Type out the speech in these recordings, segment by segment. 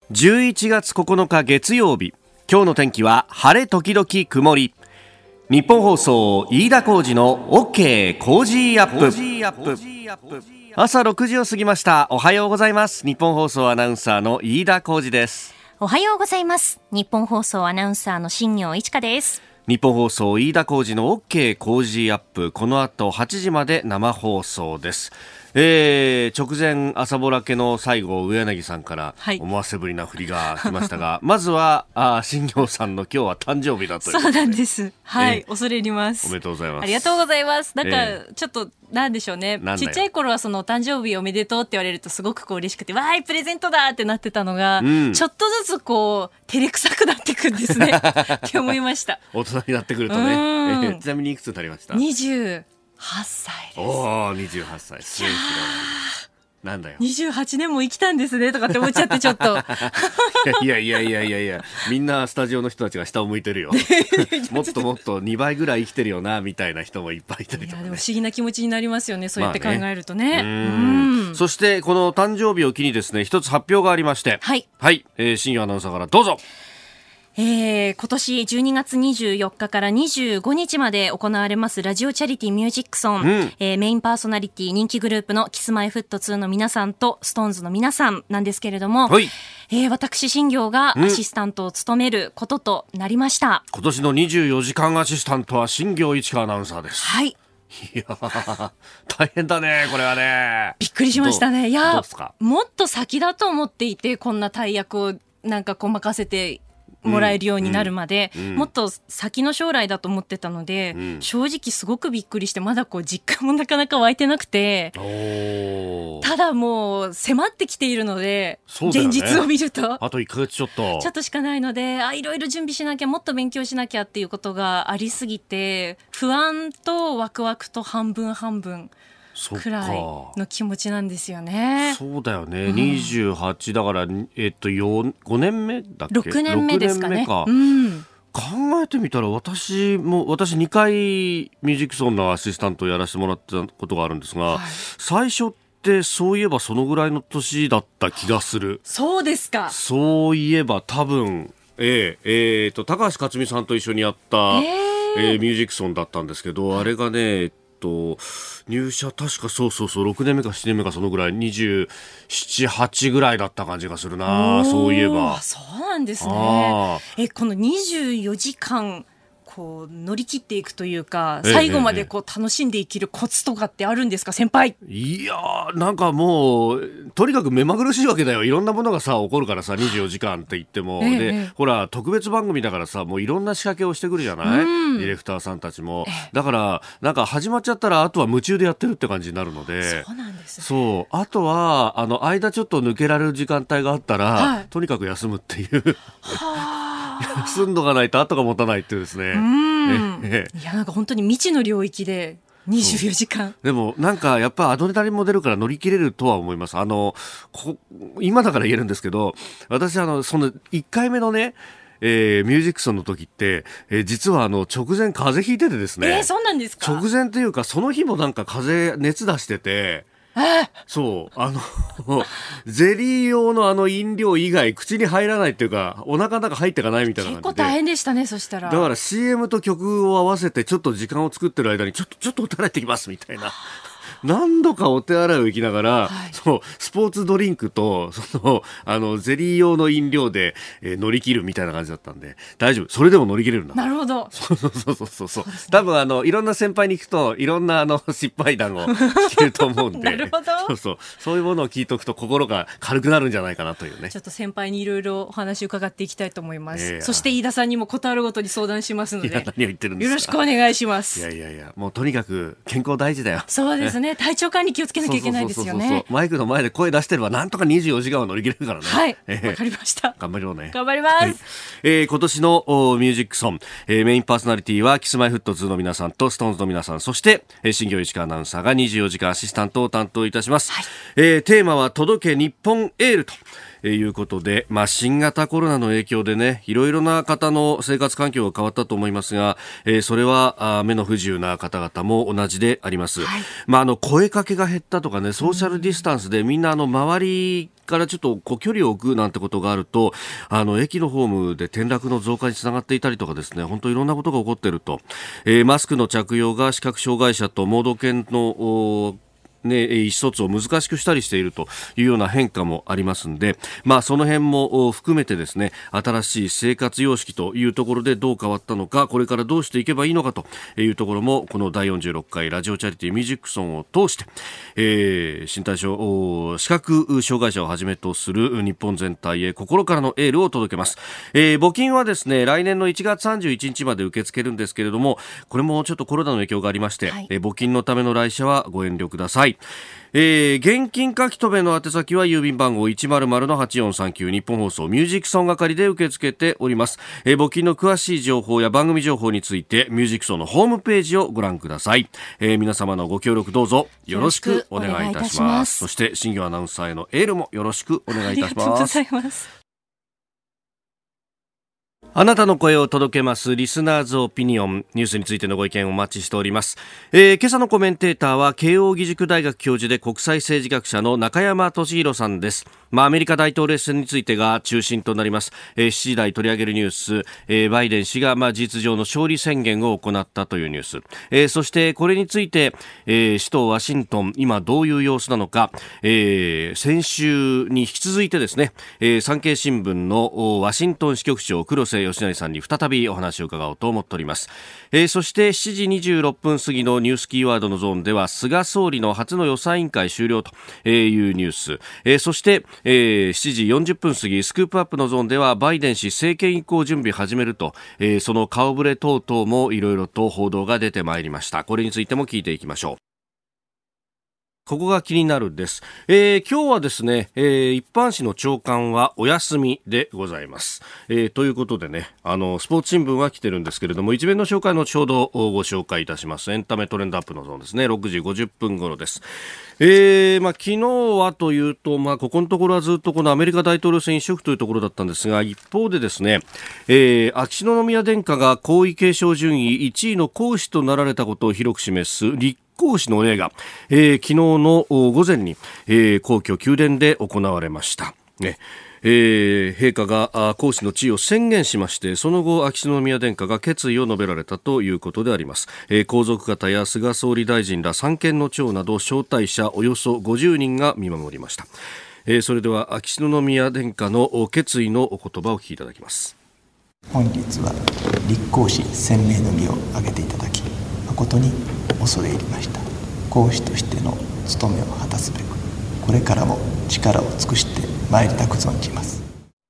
11月9日月曜日、今日の天気は晴れ時々曇り。日本放送飯田浩司の OK コージーアップ。朝6時を過ぎました。おはようございます。日本放送アナウンサーの飯田浩司です。 おはようございます。日本放送アナウンサーの新業一華です。 日本放送飯田浩司の OK コージーアップ、この後8時まで生放送です。直前朝ぼらけの最後、上柳さんから思わせぶりな振りが来ましたが、まずは新業さんの今日は誕生日だということで。 そうなんです。はい、恐れ入ります。 おめでとうございます。 ありがとうございます。なんか、ちょっとなんでしょうね、ちっちゃい頃はその誕生日おめでとうって言われるとすごくこう嬉しくて、わーいプレゼントだってなってたのが、ちょっとずつこう照れくさくなっていくんですねって思いました。 大人になってくるとね。ちなみにいくつになりました？ 28歳です。 おー、28歳。すごい。なんだよ。 28年も生きたんですねとかって思っちゃってちょっといやみんなスタジオの人たちが下を向いてるよもっともっと2倍ぐらい生きてるよなみたいな人もいっぱいいたりとか、ね、 いやでも不思議な気持ちになりますよね、そうやって考えるとね。 そしてこの誕生日を機にですね、一つ発表がありまして、はい、新業アナウンサーからどうぞ。 今年12月24日から25日まで行われますラジオチャリティミュージックソン、メインパーソナリティ人気グループのキスマイフット2の皆さんとストーンズの皆さんなんですけれども、私新業がアシスタントを務めることとなりました。 今年の24時間アシスタントは新業一華アナウンサーです。 はい。 いや大変だね、これはね。 びっくりしましたね。いやもっと先だと思っていて、こんな大役をなんかこう任せてもらえるようになるまで、もっと先の将来だと思ってたので、正直すごくびっくりして、まだこう実感もなかなか湧いてなくて、ただもう迫ってきているので、現実を見るとあと1ヶ月ちょっとしかないので、いろいろ準備しなきゃ、もっと勉強しなきゃっていうことがありすぎて、不安とワクワクと半分半分くらいの気持ちなんですよね。 そうだよね、28だから、5年目だっけ。 6年目ですかね。 考えてみたら私2回ミュージックソンのアシスタントをやらせてもらったことがあるんですが、最初ってそういえばそのぐらいの年だった気がする。 そうですか。 そういえば多分高橋克実さんと一緒にやった、ミュージックソンだったんですけど、あれがね入社確かそう6年目か7年目かそのぐらい、27、8ぐらいだった感じがするな。そういえば。 そうなんですね。この24時間こう乗り切っていくというか、最後までこう楽しんで生きるコツとかってあるんですか、先輩。 いやー、なんかもうとにかく目まぐるしいわけだよ。いろんなものがさ起こるからさ、24時間って言っても、でほら特別番組だからさ、もういろんな仕掛けをしてくるじゃない、ディレクターさんたちも。だからなんか始まっちゃったらあとは夢中でやってるって感じになるので。 そうなんですね。 そう、あとは間ちょっと抜けられる時間帯があったら、とにかく休むっていう休んどかないと後が持たないっていうですね。 いやなんか本当に未知の領域で24時間。 でもなんかやっぱアドレナリンも出るから乗り切れるとは思います。今だから言えるんですけど、私その1回目のね、ミュージックソンの時って、実は直前風邪ひいててですね。 そうなんですか。 直前というかその日もなんか熱出してて、そうゼリー用の飲料以外口に入らないっていうか、お腹の中入ってかないみたいな感じで。 結構大変でしたね。そしたらだから CM と曲を合わせてちょっと時間を作ってる間にちょっとお手洗い行ってきますみたいな何度かお手洗いを行きながら、そうスポーツドリンクとゼリー用の飲料で、乗り切るみたいな感じだったんで大丈夫。それでも乗り切れるんだ。 なるほど。 そう、多分いろんな先輩に聞くといろんな失敗談を聞けると思うんでなるほど。 そういうものを聞いておくと心が軽くなるんじゃないかなというね。 ちょっと先輩にいろいろお話を伺っていきたいと思います。そして飯田さんにもことあるごとに相談しますので、 何を言ってるんですか。 よろしくお願いします。 いやもうとにかく健康大事だよ。 そうですね。体調管理気をつけなきゃいけないですよね。 マイクの前で声出してればなんとか24時間は乗り切れるからね。 はい、わかりました。 頑張ろうね。 頑張ります。 今年のミュージックソン、メインパーソナリティはキスマイフット2の皆さんとストーンズの皆さん、そして新業一華アナウンサーが24時間アシスタントを担当いたします。テーマは届け日本エールということで、新型コロナの影響でね、いろいろな方の生活環境が変わったと思いますが、それは目の不自由な方々も同じであります。はい、声かけが減ったとかね、ソーシャルディスタンスでみんな周りからちょっと距離を置くなんてことがあると、駅のホームで転落の増加につながっていたりとかですね、本当いろんなことが起こっていると、マスクの着用が視覚障害者と盲導犬の意思疎通を難しくしたりしているというような変化もありますので、その辺も含めてですね、新しい生活様式というところでどう変わったのか、これからどうしていけばいいのかというところも、この第46回ラジオチャリティーミュージックソンを通して、身体障視覚障害者をはじめとする日本全体へ心からのエールを届けます。募金はですね、来年の1月31日まで受け付けるんですけれども、これもちょっとコロナの影響がありまして、はい、募金のための来社はご遠慮ください。現金書留の宛先は郵便番号 100-8439 日本放送ミュージックソン係で受け付けております。募金の詳しい情報や番組情報についてミュージックソンのホームページをご覧ください。皆様のご協力どうぞよろしくお願いいたします。そして新業アナウンサーへのエールもよろしくお願いいたします。ありがとうございます。あなたの声を届けますリスナーズオピニオン、ニュースについてのご意見をお待ちしております。今朝のコメンテーターは慶応義塾大学教授で国際政治学者の中山俊宏さんです。アメリカ大統領選についてが中心となります。7時台取り上げるニュース、バイデン氏が事実上の勝利宣言を行ったというニュース、そしてこれについて、首都ワシントン今どういう様子なのか、先週に引き続いてですね、産経新聞のワシントン支局長黒瀬義成さんに再びお話を伺おうと思っております。そして7時26分過ぎのニュースキーワードのゾーンでは菅総理の初の予算委員会終了というニュース、そして7時40分過ぎスクープアップのゾーンではバイデン氏政権移行準備始めると、その顔ぶれ等々もいろいろと報道が出てまいりました。これについても聞いていきましょう。ここが気になるです。今日はですね、一般紙の朝刊はお休みでございます。ということでね、スポーツ新聞は来てるんですけれども、一面の紹介のちょうどご紹介いたします。エンタメトレンドアップのゾーンですね、6時50分頃です。昨日はというと、ここのところはずっとこのアメリカ大統領選一色というところだったんですが、一方でですね、秋篠宮殿下が皇位継承順位1位の皇嗣となられたことを広く示す立皇嗣の礼が、昨日の午前に、皇居宮殿で行われました。陛下が皇嗣の地位を宣言しまして、その後秋篠宮殿下が決意を述べられたということであります。皇族方や菅総理大臣ら三権の長など招待者およそ50人が見守りました。それでは秋篠宮殿下の決意のお言葉をお聞きいただきます。 本日は立皇嗣宣明の儀を挙げていただき誠に恐れ入りました。皇嗣としての務めを果たすべくこれからも力を尽くして参りたく存じます。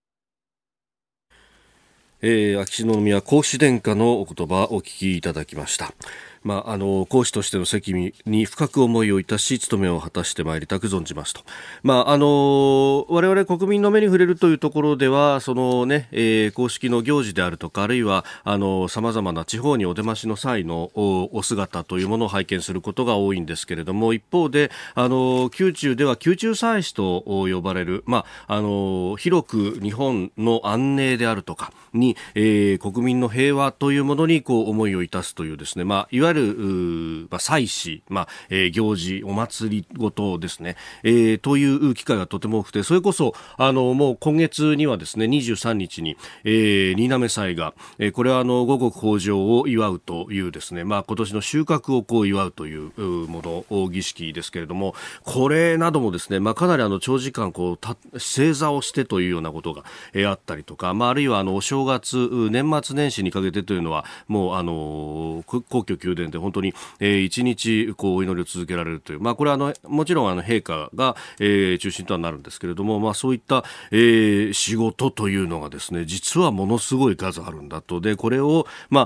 秋篠宮皇嗣殿下のお言葉をお聞きいただきました。皇嗣としての責務に深く思いをいたし務めを果たしてまいりたく存じますと、我々国民の目に触れるというところではその、公式の行事であるとかあるいは様々な地方にお出ましの際のお姿というものを拝見することが多いんですけれども、一方で宮中では宮中祭祀と呼ばれる、広く日本の安寧であるとかに、国民の平和というものに思いをいたすというですね、いわゆる祭祀、行事お祭りごとですね、という機会がとても多くて、それこそもう今月にはですね23日に、新嘗祭が、これは五穀豊穣を祝うというですね、今年の収穫を祝うというもの儀式ですけれども、これなどもですね、かなり長時間正座をしてというようなことが、あったりとか、あるいはお正月年末年始にかけてというのはもう皇居宮殿で本当に一日お祈りを続けられるという、これはもちろん陛下が中心とはなるんですけれども、そういった仕事というのがですね実はものすごい数あるんだと。でこれを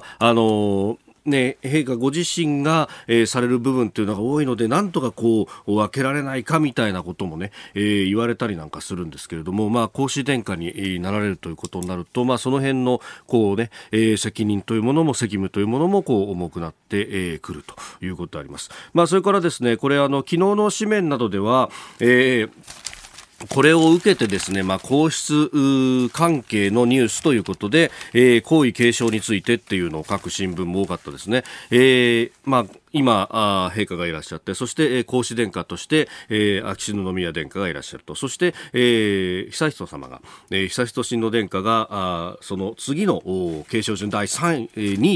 陛下ご自身が、される部分というのが多いので、なんとか分けられないかみたいなこともね、言われたりなんかするんですけれども、皇嗣殿下になられるということになると、その辺の責任というものも責務というものも重くなってくるということであります。それからですね、これ昨日の紙面などでは、 これを受けてですね、皇室関係のニュースということで、皇位継承についてっていうのを書く新聞も多かったですね。今陛下がいらっしゃって、そして、皇嗣殿下として、秋篠宮殿下がいらっしゃると、そして、悠仁さまが、悠仁親王殿下がその次の継承順第3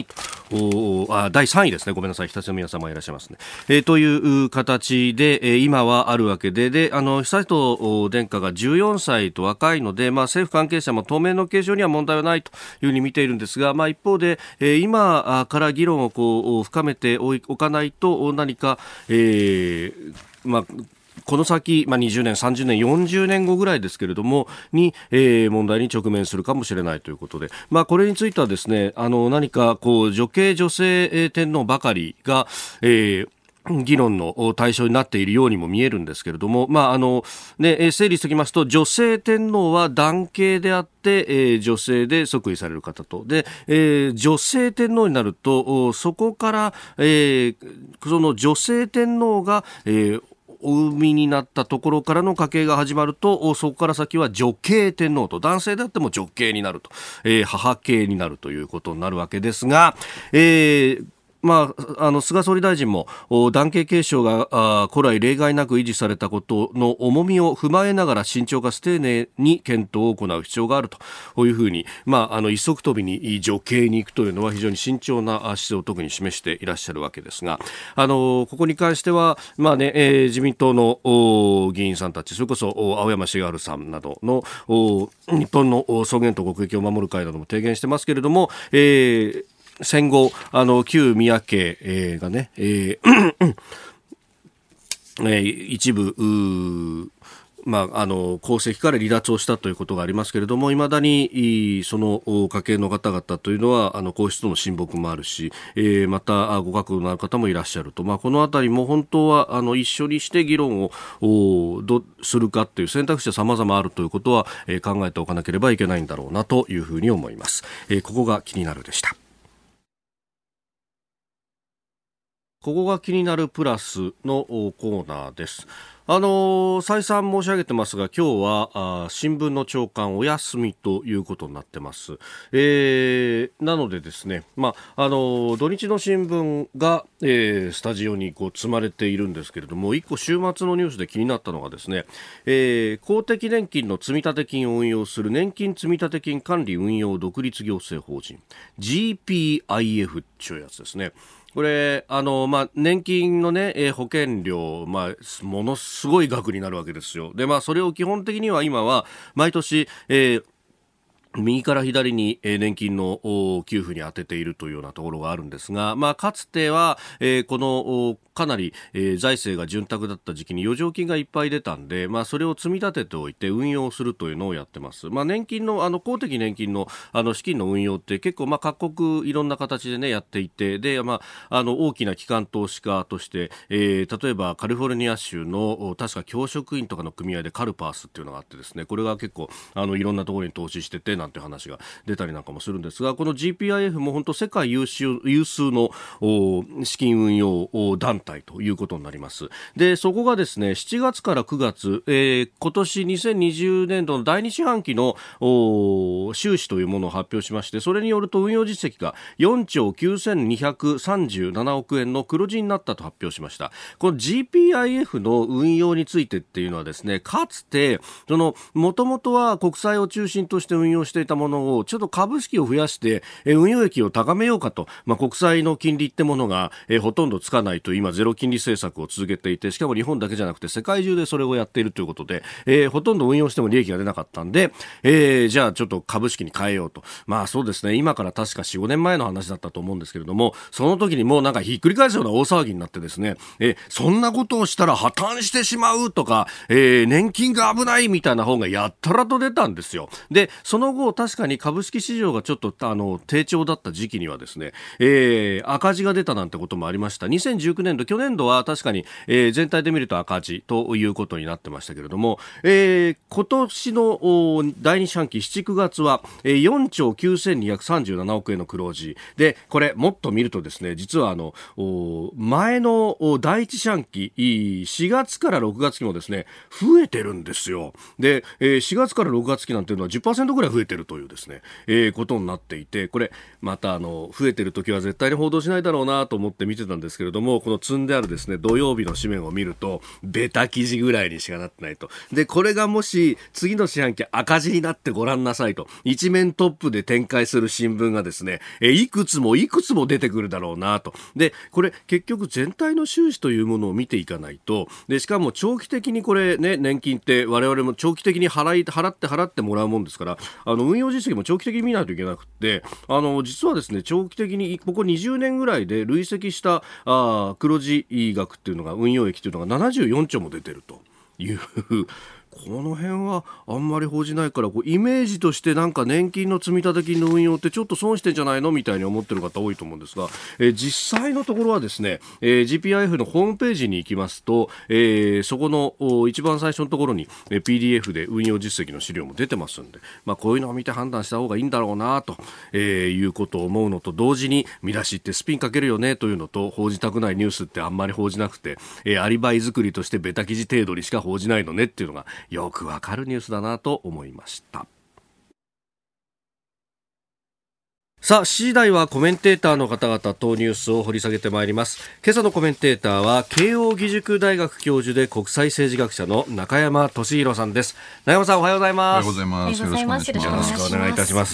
位ですね、ごめんなさい、悠仁宮様がいらっしゃいますね、という形で、今はあるわけで、悠仁殿下が14歳と若いので、政府関係者も当面の継承には問題はないというふうに見ているんですが、一方で、今から議論を深めておかないと何か、この先、20年、30年、40年後ぐらいですけれどもに、問題に直面するかもしれないということで、これについてはですね、何か女系女性天皇ばかりが、議論の対象になっているようにも見えるんですけれども、整理しておきますと、女性天皇は男系であって、女性で即位される方とで、女性天皇になるとそこから、その女性天皇が、お産みになったところからの家系が始まると、そこから先は女系天皇と、男性であっても女系になると、母系になるということになるわけですが、菅総理大臣も男系継承が古来例外なく維持されたことの重みを踏まえながら慎重かつ丁寧に検討を行う必要があるというふうに、一足飛びに女系に行くというのは非常に慎重な姿勢を特に示していらっしゃるわけですが、ここに関しては、自民党の議員さんたち、それこそ青山茂春さんなどの日本の尊厳と国益を守る会なども提言してますけれども、戦後旧宮家、がね、一部皇籍から離脱をしたということがありますけれども、未だにその家系の方々というのは皇室との親睦もあるし、またご覚悟のある方もいらっしゃると、このあたりも本当は一緒にして議論をどうするかという選択肢は様々あるということは、考えておかなければいけないんだろうなというふうに思います。ここが気になるでした。ここが気になるプラスのコーナーです。再三申し上げてますが、今日は新聞の朝刊お休みということになってます。なのでですね、土日の新聞が、スタジオに積まれているんですけれども、一個週末のニュースで気になったのがですね、公的年金の積立金を運用する年金積立金管理運用独立行政法人 GPIF というやつですね。これ年金のね、保険料、ものすごい額になるわけですよ。で、それを基本的には今は毎年、右から左に年金の給付に充てているというようなところがあるんですが、かつては、このかなり、財政が潤沢だった時期に余剰金がいっぱい出たんで、それを積み立てておいて運用するというのをやってます。年金の公的年金の資金の運用って結構各国いろんな形でねやっていて、で大きな機関投資家として、例えばカリフォルニア州の確か教職員とかの組合でカルパースっていうのがあってですね、これが結構いろんなところに投資しててなんて話が出たりなんかもするんですが、この GPIF も本当世界有数の資金運用団体ということになります。で、そこがですね、7月から9月、今年2020年度の第2四半期の収支というものを発表しまして、それによると運用実績が4兆9237億円の黒字になったと発表しました。この GPIF の運用についてっていうのはですね、かつてもともとは国債を中心として運用していたものをちょっと株式を増やして運用益を高めようかと、国債の金利ってものがほとんどつかないと今ゼロ金利政策を続けていて、しかも日本だけじゃなくて世界中でそれをやっているということで、ほとんど運用しても利益が出なかったんで、じゃあちょっと株式に変えようと。そうですね、今から確か 4,5 年前の話だったと思うんですけれども、その時にもうなんかひっくり返すような大騒ぎになってですね、そんなことをしたら破綻してしまうとか、年金が危ないみたいな本がやったらと出たんですよ。で、その後と確かに株式市場がちょっと低調だった時期にはですね、赤字が出たなんてこともありました。2019年度去年度は確かに、全体で見ると赤字ということになってましたけれども、今年の第2四半期7、9月は4兆9237億円の黒字で、これもっと見るとですね、実は前の第1四半期4月から6月期もですね増えてるんですよ。で、4月から6月期なんていうのは 10% ぐらい増えてるというですね、ことになっていて、これまた増えてる時は絶対に報道しないだろうなと思って見てたんですけれども、この積んであるですね土曜日の紙面を見るとベタ記事ぐらいにしかなってないと。でこれがもし次の四半期赤字になってご覧なさいと、一面トップで展開する新聞がですね、いくつも出てくるだろうなと。でこれ結局全体の収支というものを見ていかないと、でしかも長期的にこれね、年金って我々も長期的に払ってもらうもんですから、運用実績も長期的に見ないといけなくって、実はですね長期的にここ20年ぐらいで累積した黒字額っていうのが、運用益っていうのが74兆も出てるというこの辺はあんまり報じないから、イメージとしてなんか年金の積立金の運用ってちょっと損してんじゃないのみたいに思ってる方多いと思うんですが、実際のところはですね、GPIF のホームページに行きますと、そこの一番最初のところに PDF で運用実績の資料も出てますんで、こういうのを見て判断した方がいいんだろうなと、いうことを思うのと同時に、見出しってスピンかけるよねというのと、報じたくないニュースってあんまり報じなくて、アリバイ作りとしてベタ記事程度にしか報じないのねっていうのがよくわかるニュースだなと思いました。さあ、7時台はコメンテーターの方々とニュースを掘り下げてまいります。今朝のコメンテーターは慶應義塾大学教授で国際政治学者の中山俊宏さんです。中山さん、おはようございます。 おはようございます。よろしくお願いします。 よろしくお願いいたします。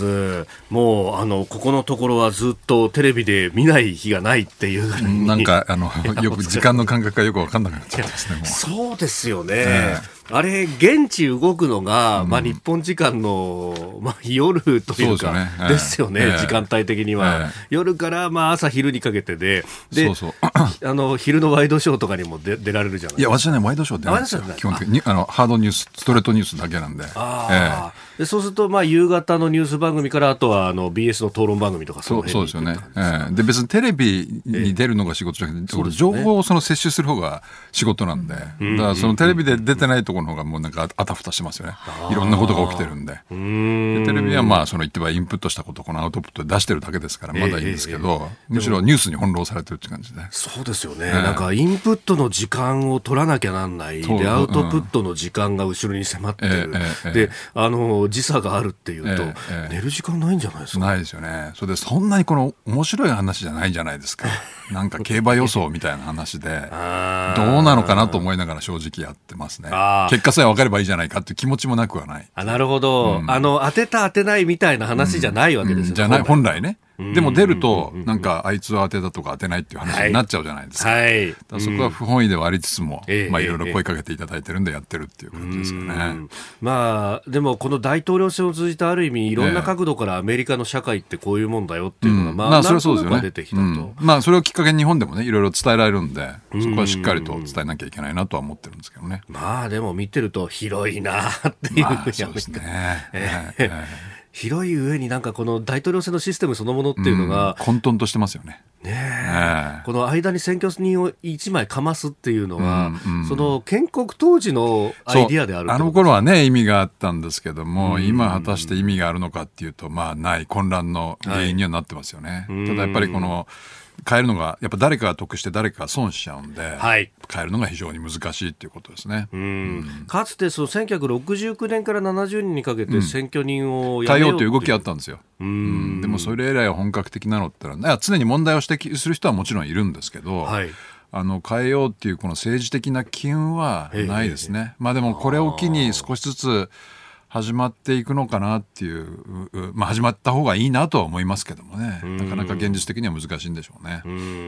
もうここのところはずっとテレビで見ない日がないっていうぐらいに、 なんかよく時間の感覚がよく分かんなくなっちゃいますね。もうそうですよね。あれ現地動くのが、日本時間の、夜というかですよね、時間帯的には、夜から朝昼にかけてで、昼のワイドショーとかにも出られるじゃないですか。 いや、私はね、ワイドショー出ないんですよ。基本的にハードニュース、ストレートニュースだけなんで。 でそうすると、夕方のニュース番組から、あとはBS の討論番組とか、 そうですよね。で別にテレビに出るのが仕事じゃなくて、情報を摂取する方が仕事なんで、だからそのテレビで出てないところの方がもうなんかあたふたしてますよね。いろんなことが起きてるんで。でテレビはその言ってはインプットしたことをこのアウトプットで出してるだけですからまだいいんですけど、むしろニュースに翻弄されてるって感じで。 そうですよね。なんかインプットの時間を取らなきゃなんないで、アウトプットの時間が後ろに迫ってる。で時差があるっていうと、寝る時間ないんじゃないですか。 ないですよね。それでそんなにこの面白い話じゃないじゃないですか。なんか競馬予想みたいな話でどうなのかなと思いながら正直やってますね。結果さえ分かればいいじゃないかっていう気持ちもなくはない。 なるほど、当てた当てないみたいな話じゃないわけですよ、 じゃない、本来ね。でも出るとなんかあいつは当てたとか当てないっていう話になっちゃうじゃないですか。だからそこは不本意ではありつつも、いろいろ声かけていただいてるんでやってるっていう感じですよね。 でもこの大統領選を通じたある意味いろんな角度からアメリカの社会ってこういうもんだよっていうのがそれはそうですよね。 出てきたと、 それをきっかけに日本でもねいろいろ伝えられるんで、そこはしっかりと伝えなきゃいけないなとは思ってるんですけどね。 でも見てると広いなっていうふうにそうですね。 広い上になんかこの大統領選のシステムそのものっていうのが、 混沌としてますよね。 この間に選挙人を1枚かますっていうのは、その建国当時のアイディアである。 あの頃はね意味があったんですけども、今果たして意味があるのかっていうとない混乱の原因にはなってますよね。ただやっぱりこの変えるのがやっぱ誰かが得して誰かが損しちゃうんで、変えるのが非常に難しいっていうことですね。 かつてその1969年から70年にかけて選挙人を変えようという動きがあったんですよ。でもそれ以来は本格的なのってのは常に問題を指摘する人はもちろんいるんですけど、変えようっていうこの政治的な機運はないですね。でもこれを機に少しずつ始まっていくのかなっていう、始まった方がいいなとは思いますけどもね、なかなか現実的には難しいんでしょうね。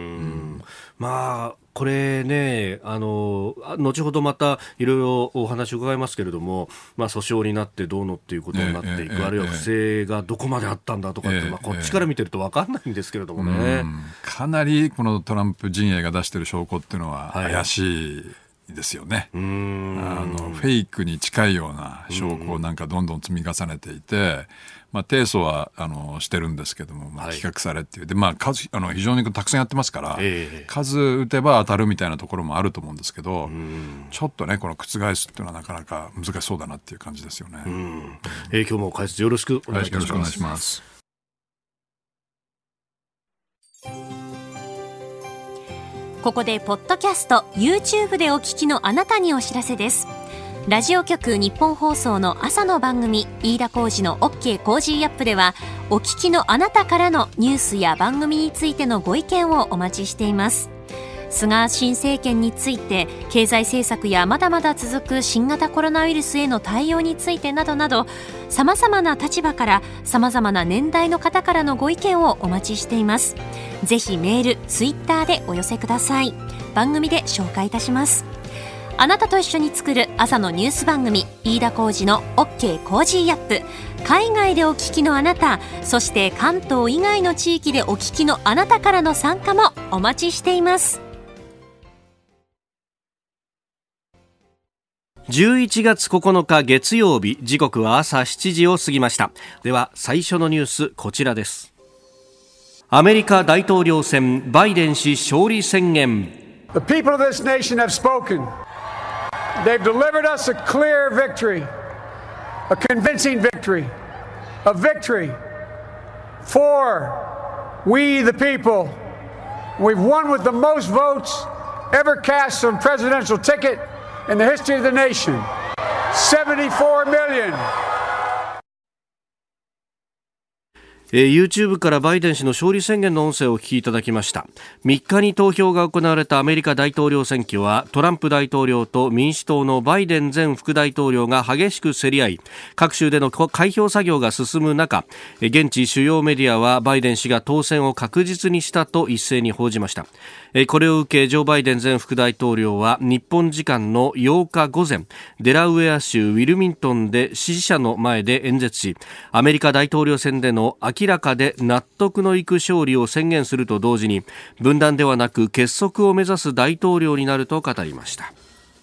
これね、後ほどまたいろいろお話を伺いますけれども、訴訟になってどうのっていうことになっていく、あるいは不正がどこまであったんだとかって、こっちから見てると分かんないんですけれどもね。 かなりこのトランプ陣営が出している証拠っていうのは怪しいですよね。フェイクに近いような証拠をなんかどんどん積み重ねていて、提訴はしてるんですけども、棄却されっていうで、数非常にたくさんやってますから、数打てば当たるみたいなところもあると思うんですけど、ちょっとねこの覆すっていうのはなかなか難しそうだなっていう感じですよね。 今日も解説よろしくお願いします。 よろしくお願いします。 ここでポッドキャスト YouTube でお聞きのあなたにお知らせです。ラジオ局日本放送の朝の番組飯田浩司の OK コージーアップでは、お聞きのあなたからのニュースや番組についてのご意見をお待ちしています。菅新政権について、経済政策やまだまだ続く新型コロナウイルスへの対応についてなどなど、様々な立場から様々な年代の方からのご意見をお待ちしています。ぜひメール、ツイッターでお寄せください。番組で紹介いたします。あなたと一緒に作る朝のニュース番組飯田浩司の OK コージーアップ。海外でお聞きのあなた、そして関東以外の地域でお聞きのあなたからの参加もお待ちしています。 11月9日月曜日、時刻は朝7時を過ぎました。では最初のニュース、こちらです。アメリカ大統領選、バイデン氏勝利宣言。 The people of this nation have spoken. They've delivered us a clear victory, a convincing victory, a victory for we the people. We've won with the most votes ever cast on presidential ticket in the history of the nation. 74 million. YouTube からバイデン氏の勝利宣言の音声をお聞きいただきました。3日に投票が行われたアメリカ大統領選挙は、トランプ大統領と民主党のバイデン前副大統領が激しく競り合い、各州での開票作業が進む中、現地主要メディアはバイデン氏が当選を確実にしたと一斉に報じました。これを受けジョー・バイデン前副大統領は日本時間の8日午前、デラウェア州ウィルミントンで支持者の前で演説し、アメリカ大統領選での明らかで納得のいく勝利を宣言すると同時に、分断ではなく結束を目指す大統領になると語りました。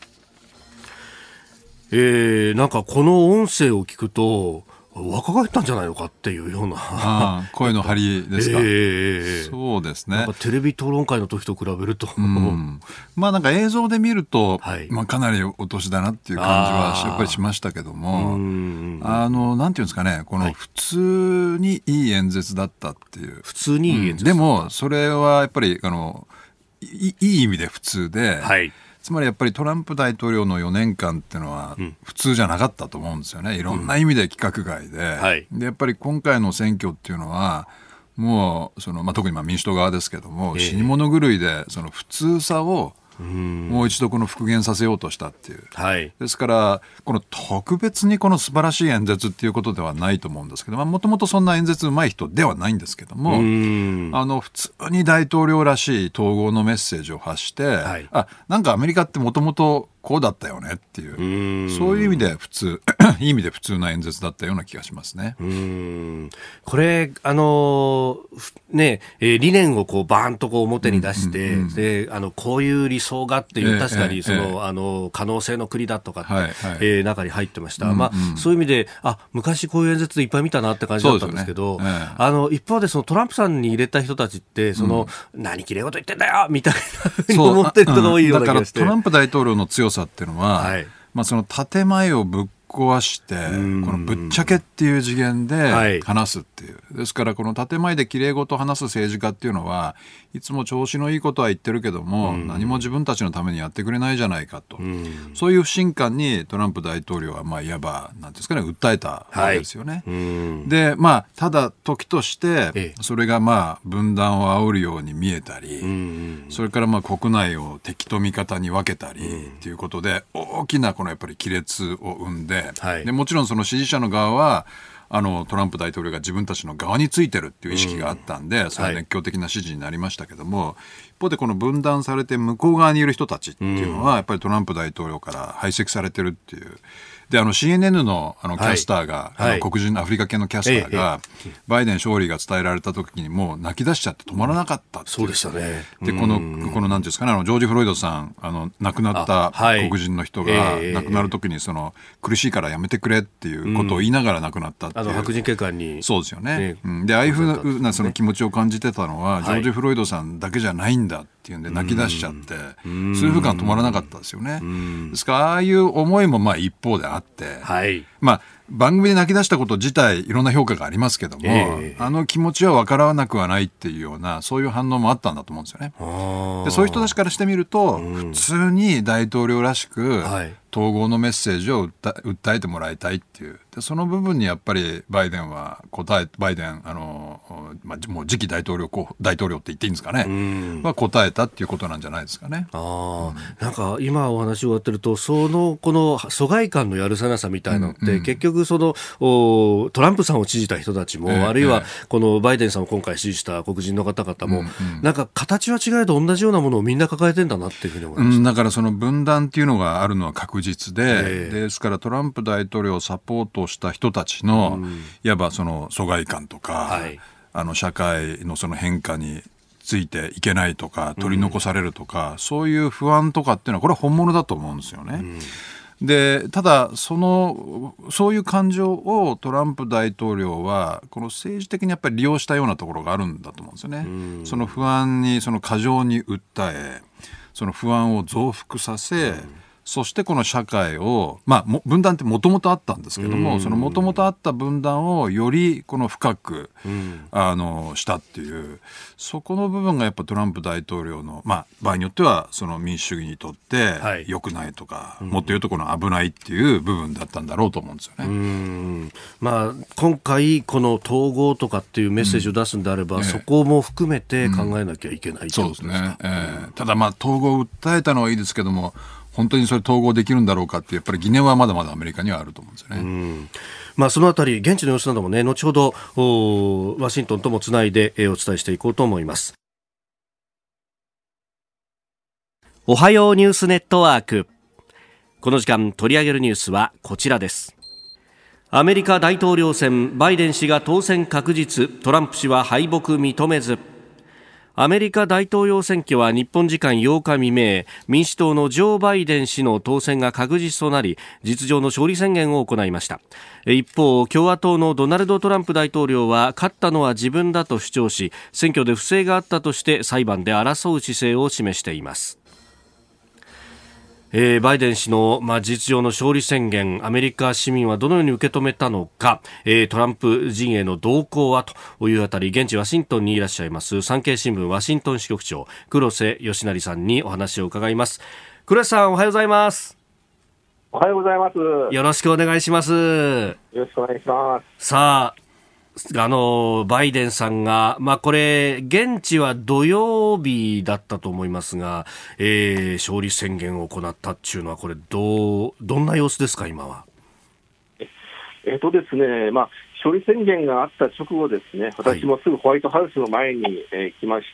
なんかこの音声を聞くと若返ったんじゃないのかっていうような声の張りですか。そうですね。 なんかテレビ討論会の時と比べると、 なんか映像で見ると、かなりお年だなっていう感じはやっぱりしましたけども、なんていうんですかね、この普通にいい演説だったっていう、 普通にいい演説、 でもそれはやっぱりいい意味で普通で、つまりやっぱりトランプ大統領の4年間っていうのは普通じゃなかったと思うんですよね。いろんな意味で規格外で、でやっぱり今回の選挙っていうのはもう特に民主党側ですけども、死に物狂いでその普通さをもう一度この復元させようとしたっていう、ですからこの特別にこの素晴らしい演説っていうことではないと思うんですけど、もともとそんな演説上手い人ではないんですけども、普通に大統領らしい統合のメッセージを発して、なんかアメリカってもともとこうだったよねっていう、そういう意味で普通いい意味で普通な演説だったような気がしますね。 これ理念をバーンと表に出して、でこういう理想がっていう、確かに可能性の国だとかって、中に入ってました。そういう意味で昔こういう演説いっぱい見たなって感じだったんですけど、一方でトランプさんに入れた人たちって何きれい事言ってんだよみたいなふうに思ってる人が多いような気がして、 だからトランプ大統領の強さっていうのは、その建前をぶっ壊してこのぶっちゃけっていう次元で話すっていう、ですからこの建前できれい事を話す政治家っていうのはいつも調子のいいことは言ってるけども、何も自分たちのためにやってくれないじゃないかと、そういう不信感にトランプ大統領はいわばなんですかね、訴えたわけですよね。でただ時としてそれが分断を煽るように見えたり、それから国内を敵と味方に分けたりっていうことで大きなこのやっぱり亀裂を生んで、でもちろんその支持者の側はトランプ大統領が自分たちの側についてるっていう意識があったんで、それは熱狂的な支持になりましたけども、一方でこの分断されて向こう側にいる人たちっていうのは、やっぱりトランプ大統領から排斥されてるっていう。でCNN のキャスターが、黒人アフリカ系のキャスターが、バイデン勝利が伝えられた時にもう泣き出しちゃって止まらなかったっていう。 そうでしたね。 でこのなんていうんですかね、ジョージ・フロイドさん亡くなった黒人の人が亡くなる時に苦しいからやめてくれっていうことを言いながら亡くなったっていう、 白人警官に。 そうですよね。でああいうふうなその気持ちを感じてたのは、ジョージ・フロイドさんだけじゃないんだっていうんで泣き出しちゃって、そういう風感止まらなかったですよね。ですからああいう思いも一方であって、番組で泣き出したこと自体いろんな評価がありますけども、あの気持ちは分からなくはないっていうようなそういう反応もあったんだと思うんですよね。でそういう人たちからしてみると、普通に大統領らしく、統合のメッセージを訴えてもらいたいっていう。でその部分にやっぱりバイデンもう次期大統領って言っていいんですかね、は答えたっていうことなんじゃないですかね。 なんか今お話を終わってるとこの疎外感のやるせなさみたいなのって、結局トランプさんを支持した人たちも、あるいはこのバイデンさんを今回支持した黒人の方々も、なんか形は違えど同じようなものをみんな抱えてんだなっていうふうに思いました。 だからその分断っていうのがあるのは確実で、ですからトランプ大統領をサポートした人たちの、いわばその疎外感とか、社会のその変化についていけないとか取り残されるとか、そういう不安とかっていうのはこれは本物だと思うんですよね。でただそういう感情をトランプ大統領はこの政治的にやっぱり利用したようなところがあるんだと思うんですよね。その不安に過剰に訴え、その不安を増幅させ、そしてこの社会を、分断ってもともとあったんですけども、そのもともとあった分断をより深く、したっていう、そこの部分がやっぱトランプ大統領の、場合によってはその民主主義にとって良くないとか、もっと言うとこの危ないっていう部分だったんだろうと思うんですよね。 今回この統合とかっていうメッセージを出すんであれば、そこも含めて考えなきゃいけないということですか。 そうですね。ただ統合を訴えたのはいいですけども、本当にそれ統合できるんだろうかってやっぱり疑念はまだまだアメリカにはあると思うんですよね。 そのあたり現地の様子などもね、後ほどワシントンともつないでお伝えしていこうと思います。おはようニュースネットワーク、この時間取り上げるニュースはこちらです。アメリカ大統領選、バイデン氏が当選確実、トランプ氏は敗北認めず。アメリカ大統領選挙は日本時間8日未明、民主党のジョー・バイデン氏の当選が確実となり、事実上の勝利宣言を行いました。一方、共和党のドナルド・トランプ大統領は勝ったのは自分だと主張し、選挙で不正があったとして裁判で争う姿勢を示しています。バイデン氏の、事実上の勝利宣言、アメリカ市民はどのように受け止めたのか、トランプ陣営の動向はというあたり、現地ワシントンにいらっしゃいます産経新聞ワシントン支局長黒瀬義成さんにお話を伺います。黒瀬さん、おはようございます。 おはようございます。 よろしくお願いします。 よろしくお願いします。 さあ、バイデンさんが、これ現地は土曜日だったと思いますが、勝利宣言を行ったっていうのはこれどんな様子ですか今は。 ですね、勝利宣言があった直後ですね、私もすぐホワイトハウスの前に、来まして、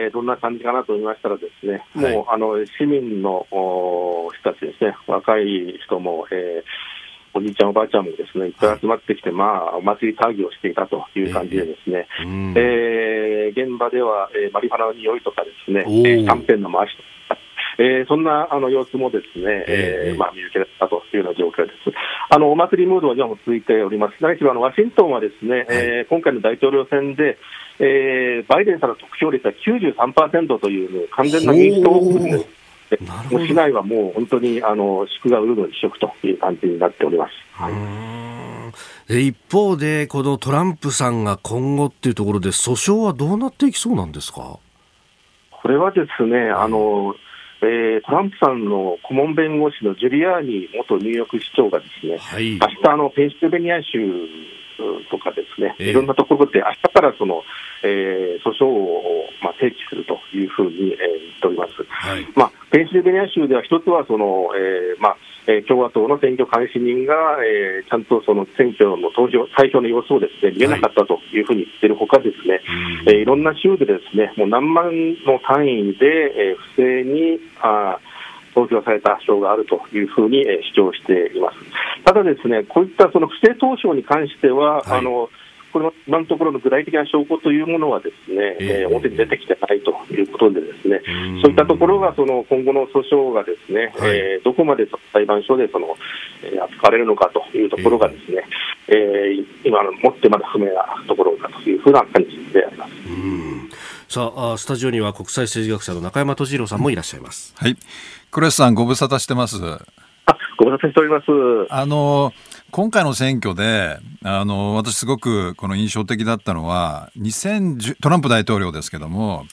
どんな感じかなと思いましたらですね、もう市民の人たちですね、若い人も、おじいちゃんおばあちゃんもですねいっぱい集まってきて、お祭り騒ぎをしていたという感じでですね、現場では、マリファナの匂いとかですね、キャンペーンの回しとか、そんな様子もですね、見受けられたというような状況です。お祭りムードは今も続いております。何しろワシントンはですね、今回の大統領選で、バイデンさんの得票率は 93% という完全な民主党国です。もう市内はもう本当に祝賀ムード一色という感じになっております。 一方でこのトランプさんが今後っていうところで訴訟はどうなっていきそうなんですか。 これはですね、トランプさんの顧問弁護士のジュリアーニ元ニューヨーク市長がですね、明日ペンシルベニア州とかですね、いろんなところで明日から訴訟を提起するというふうに言っております。 ペンシルベニア州では一つはその、共和党の選挙監視人が、ちゃんとその選挙の開票の様子をですね見えなかったというふうに言っているほかですね、いろんな州でですねもう何万の単位で、不正に投票された票があるというふうに、主張しています。ただですね、こういったその不正投票に関しては、これ今のところの具体的な証拠というものはですね、表に出てきてないということでですね、そういったところがその今後の訴訟がですね、どこまで裁判所でその、扱われるのかというところがですね、今のもってまだ不明なところだというふうな感じであります。 さあ、スタジオには国際政治学者の中山俊弘さんもいらっしゃいます。 はい、黒石さんご無沙汰してます。 ご無沙汰しております。 今回の選挙で私すごくこの印象的だったのはトランプ大統領ですけども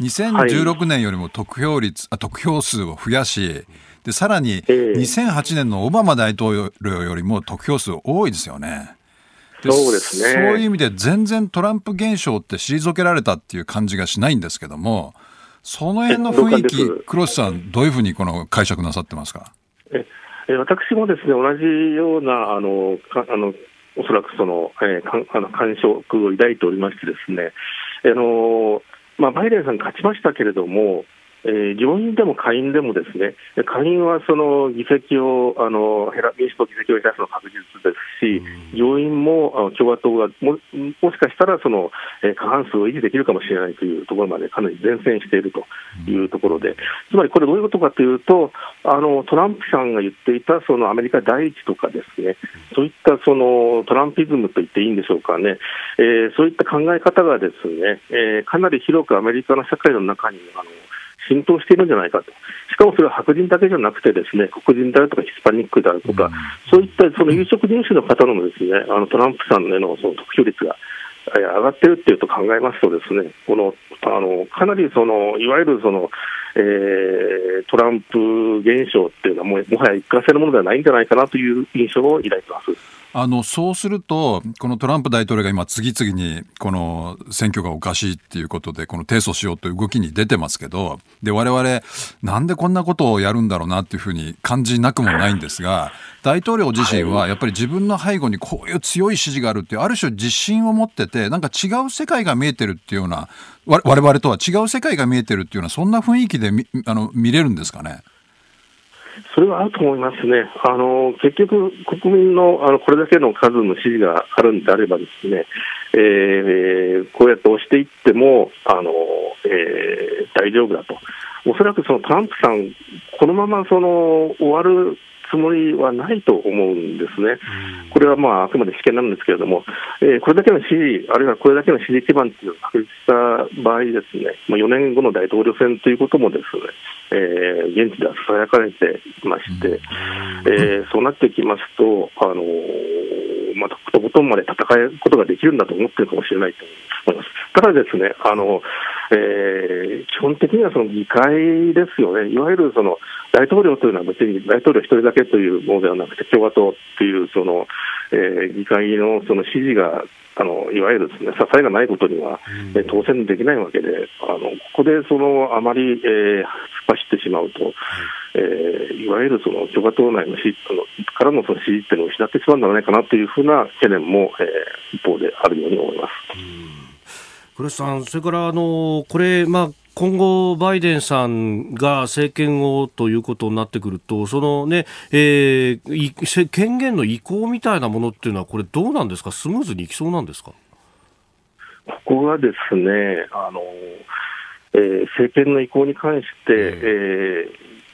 2016年よりも得票数を増やしでさらに2008年のオバマ大統領よりも得票数多いですよね。 そうですね。 そういう意味で全然トランプ現象って退けられたっていう感じがしないんですけども、その辺の雰囲気黒瀬さんどういうふうにこの解釈なさってますか？ 私もですね同じようなおそらくその、感触を抱いておりましてですね、バイデンさん勝ちましたけれども、上院でも下院でもですね、下院はその議席を民主党議席を減らすのは確実ですし、上院も共和党がもしかしたらその過半数を維持できるかもしれないというところまでかなり善戦しているというところで、つまりこれどういうことかというと、トランプさんが言っていたそのアメリカ第一とかですね、そういったそのトランピズムと言っていいんでしょうかね、そういった考え方がですね、かなり広くアメリカの社会の中に浸透しているんじゃないかと。しかもそれは白人だけじゃなくてですね、黒人であるとかヒスパニックであるとか、そういったその有色人種の方のですね、トランプさんへのその得票率が上がっているっていうと考えますとですね、かなりそのいわゆるその、トランプ現象っていうのはもはや一過性のものではないんじゃないかなという印象を抱いています。 そうするとこのトランプ大統領が今次々にこの選挙がおかしいっていうことでこの提訴しようという動きに出てますけど、で我々なんでこんなことをやるんだろうなっていうふうに感じなくもないんですが、大統領自身はやっぱり自分の背後にこういう強い支持があるっていうある種自信を持ってて、なんか違う世界が見えてるっていうような、我々とは違う世界が見えてるっていうような、そんな雰囲気で見れるんですかね？ それはあると思いますね。結局国民のこれだけの数の支持があるんであればですね、こうやって押していっても大丈夫だと。おそらくそのトランプさんこのままその終わるつもりはないと思うんですね。これはあくまで試験なんですけれども、これだけの支持あるいはこれだけの支持基盤というのを確立した場合ですね、4年後の大統領選ということもですね、現地ではささやかれていまして、そうなってきますととことんまで戦うことができるんだと思っているかもしれないと思います。ただですね、基本的にはその議会ですよね。いわゆるその大統領というのは別に大統領一人だけというものではなくて、共和党というその、議会のその支持がいわゆるですね、支えがないことには、当選できないわけで、ここでそのあまり、突っ走ってしまうと、いわゆるその共和党内の支持からのその支持っていうのを失ってしまうんじゃないかなというふうな懸念も、一方であるように思います。 黒石さん、それからこれ、今後バイデンさんが政権をということになってくると、そのね、権限の移行みたいなものっていうのはこれどうなんですか？スムーズにいきそうなんですか？ ここはですね、政権の移行に関して、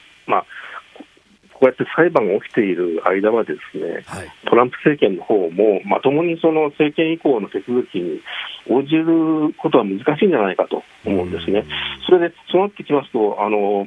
こうやって裁判が起きている間はですね、トランプ政権の方もまともにその政権移行の手続きに応じることは難しいんじゃないかと思うんですね。それでそうなってきますと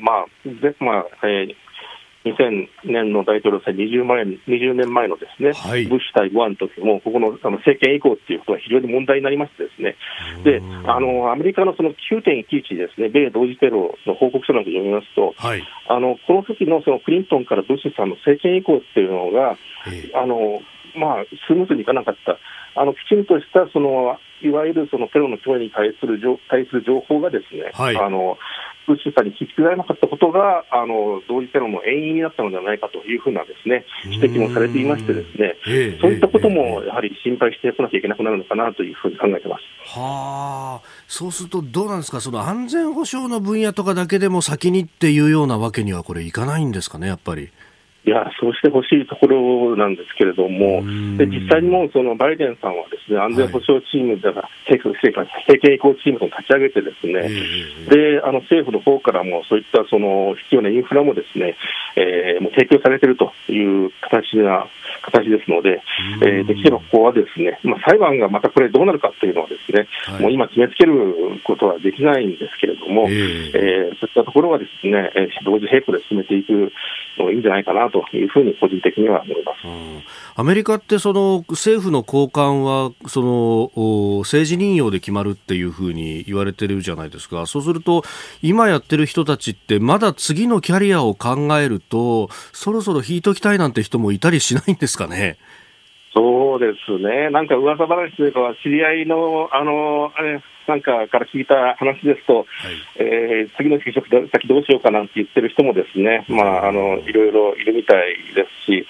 2000年の大統領選20年前のですね、ブッシュ対ゴアの時もここの政権移行ということは非常に問題になりましてですね、でアメリカのその 9.11 ですね、米同時テロの報告書なんか読みますと、この時のそのクリントンからブッシュさんの政権移行っていうのがスムーズにいかなかった、きちんとしたいわゆるテロの脅威に対する情報がですね、はい、プーチンさんに聞き継がれなかったことが同時テロの遠因になったのではないかというふうなですね、指摘もされていましてですね、そういったこともやはり心配してこなきゃいけなくなるのかなというふうに考えています。 はあ、そうするとどうなんですか、安全保障の分野とかだけでも先にっていうようなわけにはこれいかないんですかね、やっぱり。 いや、そうしてほしいところなんですけれども、で実際にもバイデンさんはですね、安全保障チームで、政権移行チームを立ち上げてですね、で政府の方からもそういった必要なインフラもですね、もう提供されているという形ですので、できればここはですね、裁判がまたこれどうなるかというのはですね、もう今決めつけることはできないんですけれども、そういったところはですね、同時並行で進めていくのがいいんじゃないかなというふうに個人的には思います。 アメリカって政府の高官は政治任用で決まるっていうふうに言われてるじゃないですか。そうすると今やってる人たちってまだ次のキャリアを考えるとそろそろ引いときたいなんて人もいたりしないんですかね。 そうですね、なんか噂話というか知り合いのなんかから聞いた話ですと、次の就職先どうしようかなんて言ってる人もですね、いろいろいるみたいですし、